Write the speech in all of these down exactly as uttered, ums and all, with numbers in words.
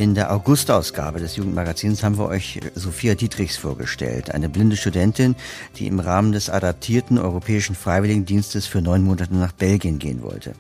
In der August-Ausgabe des Jugendmagazins haben wir euch Sophia Dietrichs vorgestellt, eine blinde Studentin, die im Rahmen des adaptierten Europäischen Freiwilligendienstes für neun Monate nach Belgien gehen wollte.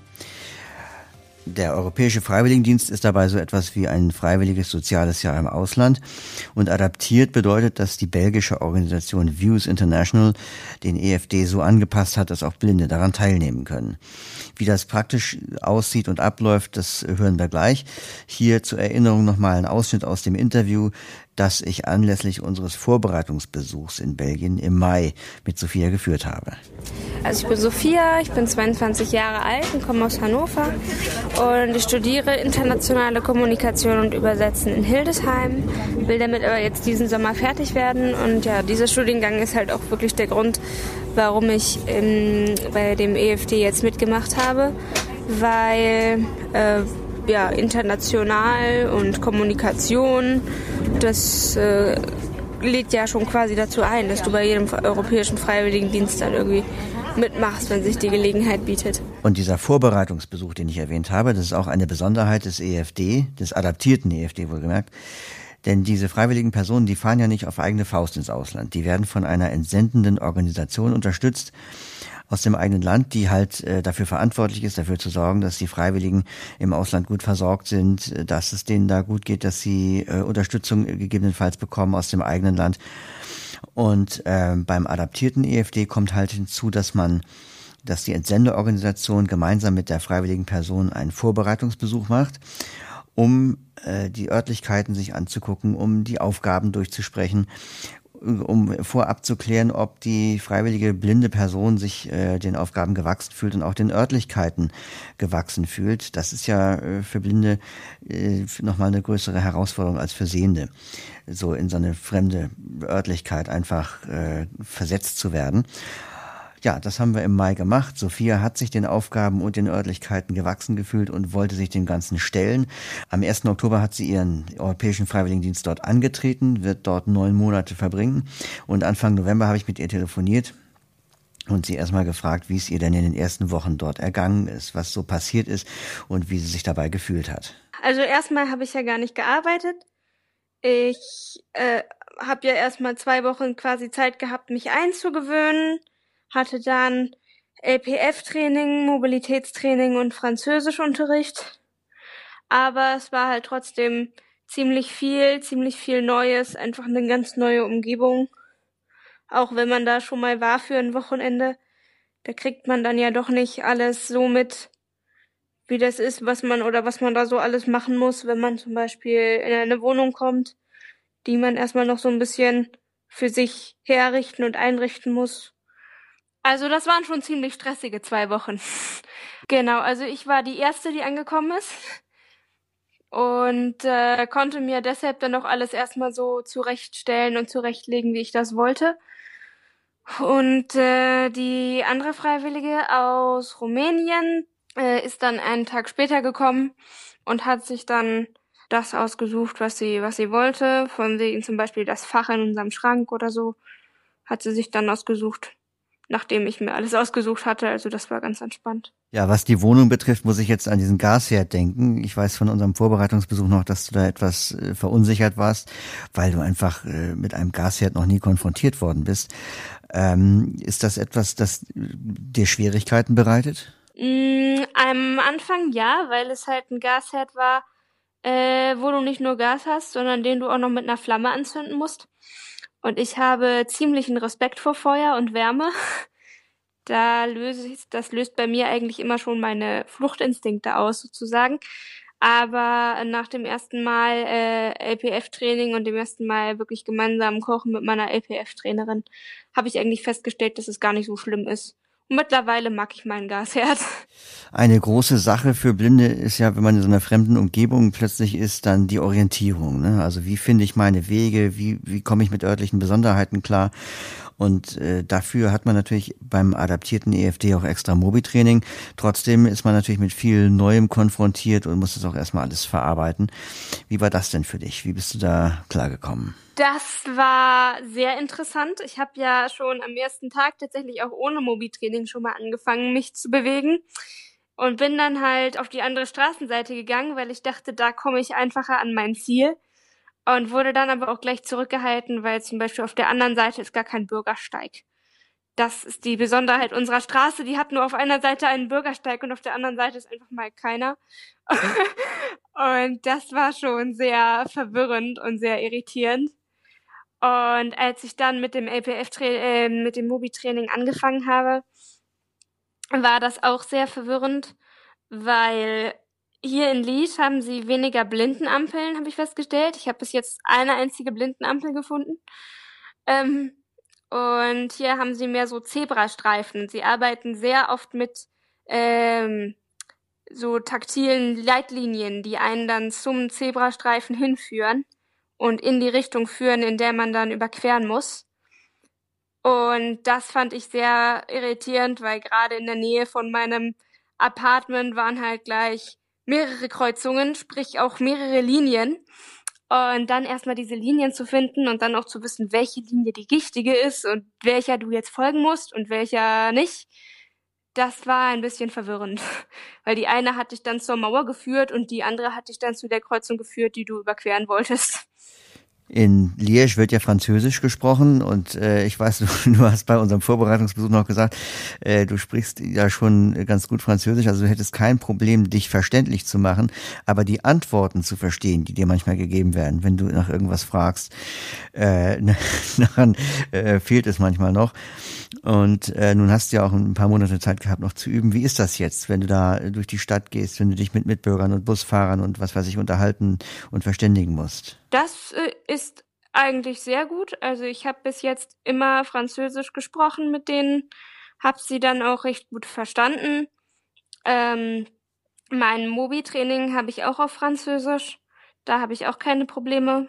Der Europäische Freiwilligendienst ist dabei so etwas wie ein freiwilliges soziales Jahr im Ausland. Und adaptiert bedeutet, dass die belgische Organisation Views International den E F D so angepasst hat, dass auch Blinde daran teilnehmen können. Wie das praktisch aussieht und abläuft, das hören wir gleich. Hier zur Erinnerung nochmal ein Ausschnitt aus dem Interview, das ich anlässlich unseres Vorbereitungsbesuchs in Belgien im Mai mit Sophia geführt habe. Also ich bin Sophia, ich bin zweiundzwanzig Jahre alt und komme aus Hannover und ich studiere internationale Kommunikation und Übersetzen in Hildesheim, will damit aber jetzt diesen Sommer fertig werden und ja, dieser Studiengang ist halt auch wirklich der Grund, warum ich ähm, bei dem E F D jetzt mitgemacht habe, weil äh, ja, international und Kommunikation, das äh, lädt ja schon quasi dazu ein, dass du bei jedem europäischen Freiwilligendienst dann irgendwie mitmachst, wenn sich die Gelegenheit bietet. Und dieser Vorbereitungsbesuch, den ich erwähnt habe, das ist auch eine Besonderheit des E F D, des adaptierten E F D wohlgemerkt. Denn diese freiwilligen Personen, die fahren ja nicht auf eigene Faust ins Ausland. Die werden von einer entsendenden Organisation unterstützt aus dem eigenen Land, die halt äh, dafür verantwortlich ist, dafür zu sorgen, dass die Freiwilligen im Ausland gut versorgt sind, dass es denen da gut geht, dass sie äh, Unterstützung gegebenenfalls bekommen aus dem eigenen Land. Und äh, beim adaptierten E F D kommt halt hinzu, dass man, dass die Entsendeorganisation gemeinsam mit der freiwilligen Person einen Vorbereitungsbesuch macht, um äh, die Örtlichkeiten sich anzugucken, um die Aufgaben durchzusprechen, um vorab zu klären, ob die freiwillige blinde Person sich äh, den Aufgaben gewachsen fühlt und auch den Örtlichkeiten gewachsen fühlt. Das ist ja äh, für Blinde äh, nochmal eine größere Herausforderung als für Sehende, so in so eine fremde Örtlichkeit einfach äh, versetzt zu werden. Ja, das haben wir im Mai gemacht. Sophia hat sich den Aufgaben und den Örtlichkeiten gewachsen gefühlt und wollte sich dem Ganzen stellen. Am ersten Oktober hat sie ihren Europäischen Freiwilligendienst dort angetreten, wird dort neun Monate verbringen. Und Anfang November habe ich mit ihr telefoniert und sie erstmal gefragt, wie es ihr denn in den ersten Wochen dort ergangen ist, was so passiert ist und wie sie sich dabei gefühlt hat. Also erstmal habe ich ja gar nicht gearbeitet. Ich äh, habe ja erstmal zwei Wochen quasi Zeit gehabt, mich einzugewöhnen. Hatte dann L P F-Training, Mobilitätstraining und Französischunterricht. Aber es war halt trotzdem ziemlich viel, ziemlich viel Neues, einfach eine ganz neue Umgebung. Auch wenn man da schon mal war für ein Wochenende, da kriegt man dann ja doch nicht alles so mit, wie das ist, was man oder was man da so alles machen muss, wenn man zum Beispiel in eine Wohnung kommt, die man erstmal noch so ein bisschen für sich herrichten und einrichten muss. Also das waren schon ziemlich stressige zwei Wochen. Genau, also ich war die Erste, die angekommen ist und äh, konnte mir deshalb dann auch alles erstmal so zurechtstellen und zurechtlegen, wie ich das wollte. Und äh, die andere Freiwillige aus Rumänien äh, ist dann einen Tag später gekommen und hat sich dann das ausgesucht, was sie was sie wollte. Von wegen zum Beispiel das Fach in unserem Schrank oder so hat sie sich dann ausgesucht, nachdem ich mir alles ausgesucht hatte. Also das war ganz entspannt. Ja, was die Wohnung betrifft, muss ich jetzt an diesen Gasherd denken. Ich weiß von unserem Vorbereitungsbesuch noch, dass du da etwas äh, verunsichert warst, weil du einfach äh, mit einem Gasherd noch nie konfrontiert worden bist. Ähm, ist das etwas, das dir Schwierigkeiten bereitet? Mm, am Anfang ja, weil es halt ein Gasherd war, äh, wo du nicht nur Gas hast, sondern den du auch noch mit einer Flamme anzünden musst. Und ich habe ziemlichen Respekt vor Feuer und Wärme. Da löse ich, das löst bei mir eigentlich immer schon meine Fluchtinstinkte aus, sozusagen. Aber nach dem ersten Mal äh, L P F-Training und dem ersten Mal wirklich gemeinsam Kochen mit meiner L P F-Trainerin habe ich eigentlich festgestellt, dass es gar nicht so schlimm ist. Und mittlerweile mag ich meinen Gasherd. Eine große Sache für Blinde ist ja, wenn man in so einer fremden Umgebung plötzlich ist, dann die Orientierung, ne? Also wie finde ich meine Wege, wie wie komme ich mit örtlichen Besonderheiten klar? Und äh, dafür hat man natürlich beim adaptierten E F D auch extra Mobi-Training. Trotzdem ist man natürlich mit viel Neuem konfrontiert und muss das auch erstmal alles verarbeiten. Wie war das denn für dich? Wie bist du da klargekommen? Das war sehr interessant. Ich habe ja schon am ersten Tag tatsächlich auch ohne Mobi-Training schon mal angefangen, mich zu bewegen. und bin dann halt auf die andere Straßenseite gegangen, weil ich dachte, da komme ich einfacher an mein Ziel und wurde dann aber auch gleich zurückgehalten, weil zum Beispiel auf der anderen Seite ist gar kein Bürgersteig. Das ist die Besonderheit unserer Straße. Die hat nur auf einer Seite einen Bürgersteig und auf der anderen Seite ist einfach mal keiner. Und das war schon sehr verwirrend und sehr irritierend. Und als ich dann mit dem L P F, äh, mit dem Mobi-Training angefangen habe, war das auch sehr verwirrend, weil hier in Liège haben sie weniger Blindenampeln, habe ich festgestellt. Ich habe bis jetzt eine einzige Blindenampel gefunden. Ähm, und hier haben sie mehr so Zebrastreifen. Sie arbeiten sehr oft mit ähm, so taktilen Leitlinien, die einen dann zum Zebrastreifen hinführen und in die Richtung führen, in der man dann überqueren muss. Und das fand ich sehr irritierend, weil gerade in der Nähe von meinem Apartment waren halt gleich mehrere Kreuzungen, sprich auch mehrere Linien. Und dann erstmal diese Linien zu finden und dann auch zu wissen, welche Linie die richtige ist und welcher du jetzt folgen musst und welcher nicht, das war ein bisschen verwirrend. Weil die eine hat dich dann zur Mauer geführt und die andere hat dich dann zu der Kreuzung geführt, die du überqueren wolltest. In Liège wird ja Französisch gesprochen und äh, ich weiß, du, du hast bei unserem Vorbereitungsbesuch noch gesagt, äh, du sprichst ja schon ganz gut Französisch, also du hättest kein Problem, dich verständlich zu machen, aber die Antworten zu verstehen, die dir manchmal gegeben werden, wenn du nach irgendwas fragst, äh, daran äh, fehlt es manchmal noch. Und äh, nun hast du ja auch ein paar Monate Zeit gehabt, noch zu üben. Wie ist das jetzt, wenn du da durch die Stadt gehst, wenn du dich mit Mitbürgern und Busfahrern und was weiß ich unterhalten und verständigen musst? Das äh, ist eigentlich sehr gut. Also ich habe bis jetzt immer Französisch gesprochen mit denen, habe sie dann auch recht gut verstanden. Ähm, mein Mobi-Training habe ich auch auf Französisch. Da habe ich auch keine Probleme.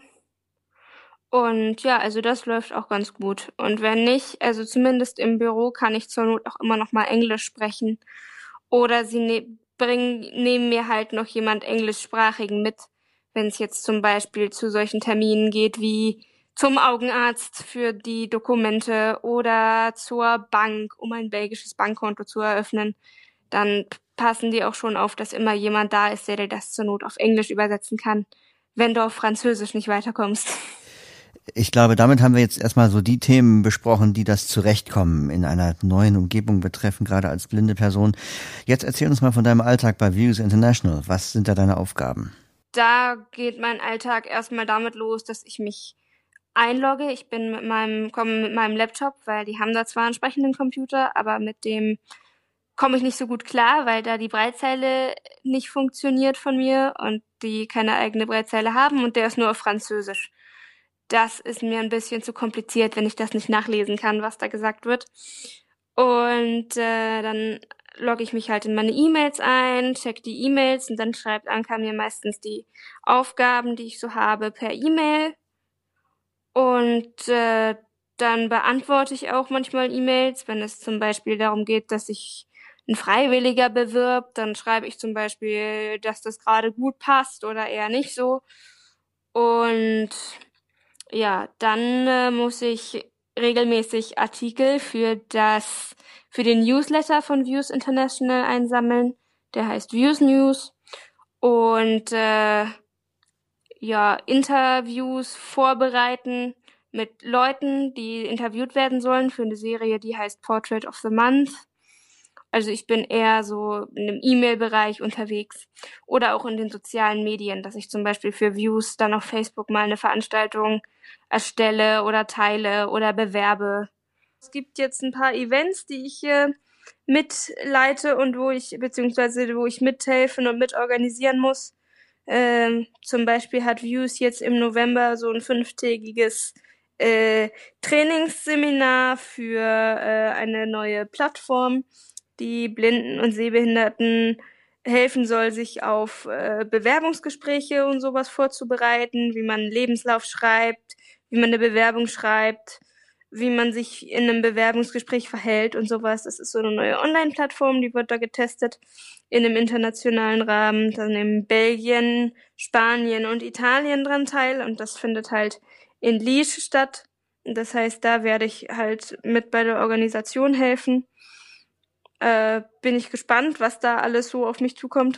Und ja, also das läuft auch ganz gut. Und wenn nicht, also zumindest im Büro kann ich zur Not auch immer noch mal Englisch sprechen. Oder sie ne bringen, nehmen mir halt noch jemand Englischsprachigen mit, wenn es jetzt zum Beispiel zu solchen Terminen geht wie zum Augenarzt für die Dokumente oder zur Bank, um ein belgisches Bankkonto zu eröffnen. Dann passen die auch schon auf, dass immer jemand da ist, der dir das zur Not auf Englisch übersetzen kann, wenn du auf Französisch nicht weiterkommst. Ich glaube, damit haben wir jetzt erstmal so die Themen besprochen, die das Zurechtkommen in einer neuen Umgebung betreffen, gerade als blinde Person. Jetzt erzähl uns mal von deinem Alltag bei Views International. Was sind da deine Aufgaben? Da geht mein Alltag erstmal damit los, dass ich mich einlogge. Ich bin mit meinem, komme mit meinem Laptop, weil die haben da zwar einen sprechenden Computer, aber mit dem komme ich nicht so gut klar, weil da die Breitzeile nicht funktioniert von mir und die keine eigene Breitzeile haben und der ist nur auf Französisch. Das ist mir ein bisschen zu kompliziert, wenn ich das nicht nachlesen kann, was da gesagt wird. Und äh, dann logge ich mich halt in meine E-Mails ein, check die E-Mails und dann schreibt Anka mir meistens die Aufgaben, die ich so habe, per E-Mail. Und äh, dann beantworte ich auch manchmal E-Mails, wenn es zum Beispiel darum geht, dass sich ein Freiwilliger bewirbt, dann schreibe ich zum Beispiel, dass das gerade gut passt oder eher nicht so. Und ja, dann äh, muss ich regelmäßig Artikel für das, für den Newsletter von Views International einsammeln. Der heißt Views News. Und äh, ja, Interviews vorbereiten mit Leuten, die interviewt werden sollen für eine Serie, die heißt Portrait of the Month. Also ich bin eher so in dem E-Mail-Bereich unterwegs oder auch in den sozialen Medien, dass ich zum Beispiel für Views dann auf Facebook mal eine Veranstaltung erstelle oder teile oder bewerbe. Es gibt jetzt ein paar Events, die ich hier mitleite und wo ich, beziehungsweise wo ich mithelfen und mitorganisieren muss. Ähm, zum Beispiel hat Views jetzt im November so ein fünftägiges äh, Trainingsseminar für äh, eine neue Plattform, die Blinden und Sehbehinderten helfen soll, sich auf äh, Bewerbungsgespräche und sowas vorzubereiten, wie man einen Lebenslauf schreibt, wie man eine Bewerbung schreibt, wie man sich in einem Bewerbungsgespräch verhält und sowas. Das ist so eine neue Online-Plattform, die wird da getestet in einem internationalen Rahmen. Da nehmen Belgien, Spanien und Italien dran teil und das findet halt in Liège statt. Das heißt, da werde ich halt mit bei der Organisation helfen. äh, bin ich gespannt, was da alles so auf mich zukommt.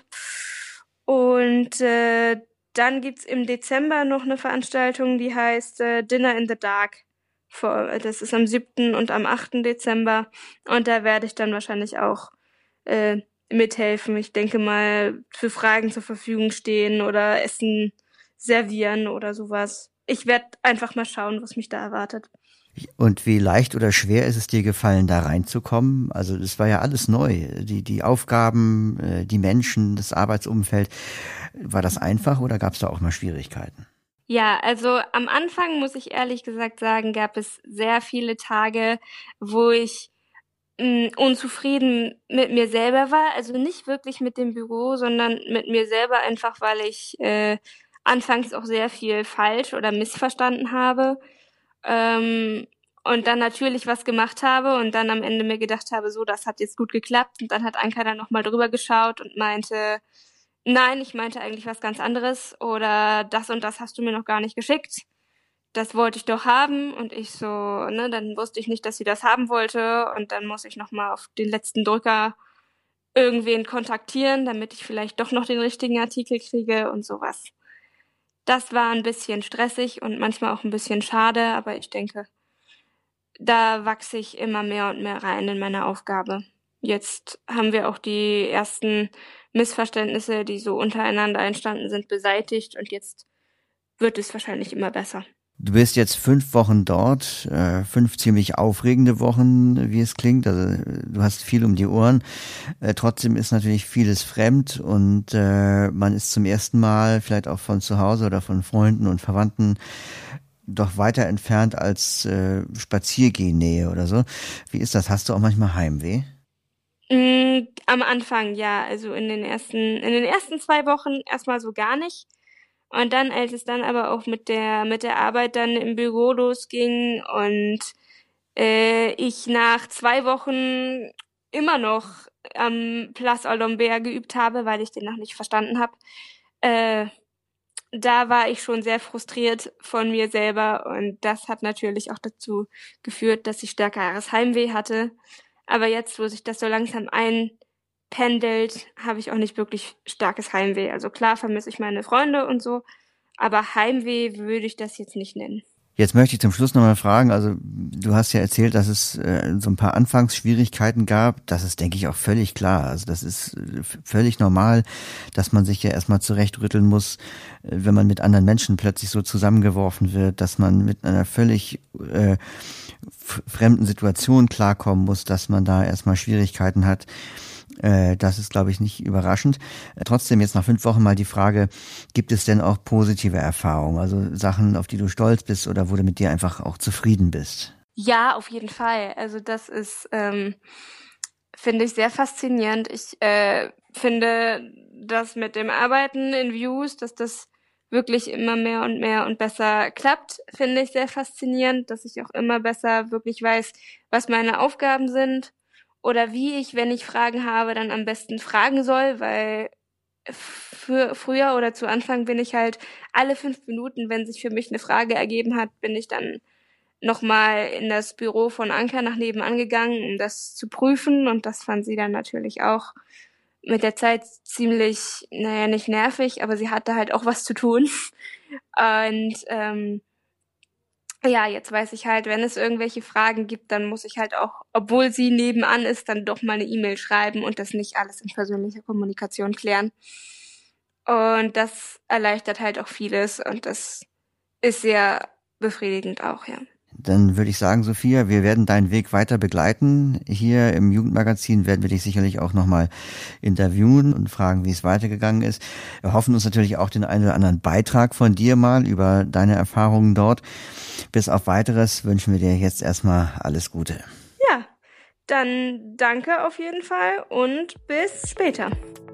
Und äh, dann gibt's im Dezember noch eine Veranstaltung, die heißt äh, Dinner in the Dark. Vor, das ist am siebten und am achten Dezember. Und da werde ich dann wahrscheinlich auch äh, mithelfen. Ich denke mal, für Fragen zur Verfügung stehen oder Essen servieren oder sowas. Ich werde einfach mal schauen, was mich da erwartet. Und wie leicht oder schwer ist es dir gefallen, da reinzukommen? Also das war ja alles neu. Die, die Aufgaben, die Menschen, das Arbeitsumfeld. War das einfach oder gab es da auch mal Schwierigkeiten? Ja, also am Anfang, muss ich ehrlich gesagt sagen, gab es sehr viele Tage, wo ich mh, unzufrieden mit mir selber war. Also nicht wirklich mit dem Büro, sondern mit mir selber einfach, weil ich äh, anfangs auch sehr viel falsch oder missverstanden habe. Ähm, und dann natürlich was gemacht habe und dann am Ende mir gedacht habe, so, das hat jetzt gut geklappt. Und dann hat Anka dann nochmal drüber geschaut und meinte, nein, ich meinte eigentlich was ganz anderes oder das und das hast du mir noch gar nicht geschickt. Das wollte ich doch haben und ich so, ne, dann wusste ich nicht, dass sie das haben wollte und dann muss ich nochmal auf den letzten Drücker irgendwen kontaktieren, damit ich vielleicht doch noch den richtigen Artikel kriege und sowas. Das war ein bisschen stressig und manchmal auch ein bisschen schade, aber ich denke, da wachse ich immer mehr und mehr rein in meine Aufgabe. Jetzt haben wir auch die ersten Missverständnisse, die so untereinander entstanden sind, beseitigt und jetzt wird es wahrscheinlich immer besser. Du bist jetzt fünf Wochen dort, äh, fünf ziemlich aufregende Wochen, wie es klingt. Also du hast viel um die Ohren. Äh, trotzdem ist natürlich vieles fremd und äh, man ist zum ersten Mal vielleicht auch von zu Hause oder von Freunden und Verwandten doch weiter entfernt als äh, Spaziergehennähe oder so. Wie ist das? Hast du auch manchmal Heimweh? Mm, am Anfang ja, also in den ersten, in den ersten zwei Wochen erstmal so gar nicht. Und dann, als es dann aber auch mit der mit der Arbeit dann im Büro losging und äh, ich nach zwei Wochen immer noch am Place Olympique geübt habe, weil ich den noch nicht verstanden habe, äh, da war ich schon sehr frustriert von mir selber und das hat natürlich auch dazu geführt, dass ich stärkeres Heimweh hatte. Aber jetzt, wo sich das so langsam einpendelt, habe ich auch nicht wirklich starkes Heimweh. Also klar vermisse ich meine Freunde und so, aber Heimweh würde ich das jetzt nicht nennen. Jetzt möchte ich zum Schluss nochmal fragen, also du hast ja erzählt, dass es äh, so ein paar Anfangsschwierigkeiten gab. Das ist, denke ich, auch völlig klar. Also das ist äh, völlig normal, dass man sich ja erstmal zurechtrütteln muss, äh, wenn man mit anderen Menschen plötzlich so zusammengeworfen wird, dass man mit einer völlig äh, f- fremden Situation klarkommen muss, dass man da erstmal Schwierigkeiten hat. Das ist, glaube ich, nicht überraschend. Trotzdem jetzt nach fünf Wochen mal die Frage, gibt es denn auch positive Erfahrungen, also Sachen, auf die du stolz bist oder wo du mit dir einfach auch zufrieden bist? Ja, auf jeden Fall. Also das ist, ähm, finde ich sehr faszinierend. Ich äh, finde das mit dem Arbeiten in Views, dass das wirklich immer mehr und mehr und besser klappt, finde ich sehr faszinierend, dass ich auch immer besser wirklich weiß, was meine Aufgaben sind. Oder wie ich, wenn ich Fragen habe, dann am besten fragen soll, weil für, früher oder zu Anfang bin ich halt alle fünf Minuten, wenn sich für mich eine Frage ergeben hat, bin ich dann nochmal in das Büro von Anka nach nebenan gegangen, um das zu prüfen. Und das fand sie dann natürlich auch mit der Zeit ziemlich, naja, nicht nervig, aber sie hatte halt auch was zu tun. Und ähm, ja, jetzt weiß ich halt, wenn es irgendwelche Fragen gibt, dann muss ich halt auch, obwohl sie nebenan ist, dann doch mal eine E-Mail schreiben und das nicht alles in persönlicher Kommunikation klären. Und das erleichtert halt auch vieles und das ist sehr befriedigend auch, ja. Dann würde ich sagen, Sophia, wir werden deinen Weg weiter begleiten. Hier im Jugendmagazin werden wir dich sicherlich auch nochmal interviewen und fragen, wie es weitergegangen ist. Wir hoffen uns natürlich auch den einen oder anderen Beitrag von dir mal über deine Erfahrungen dort. Bis auf Weiteres wünschen wir dir jetzt erstmal alles Gute. Ja, dann danke auf jeden Fall und bis später.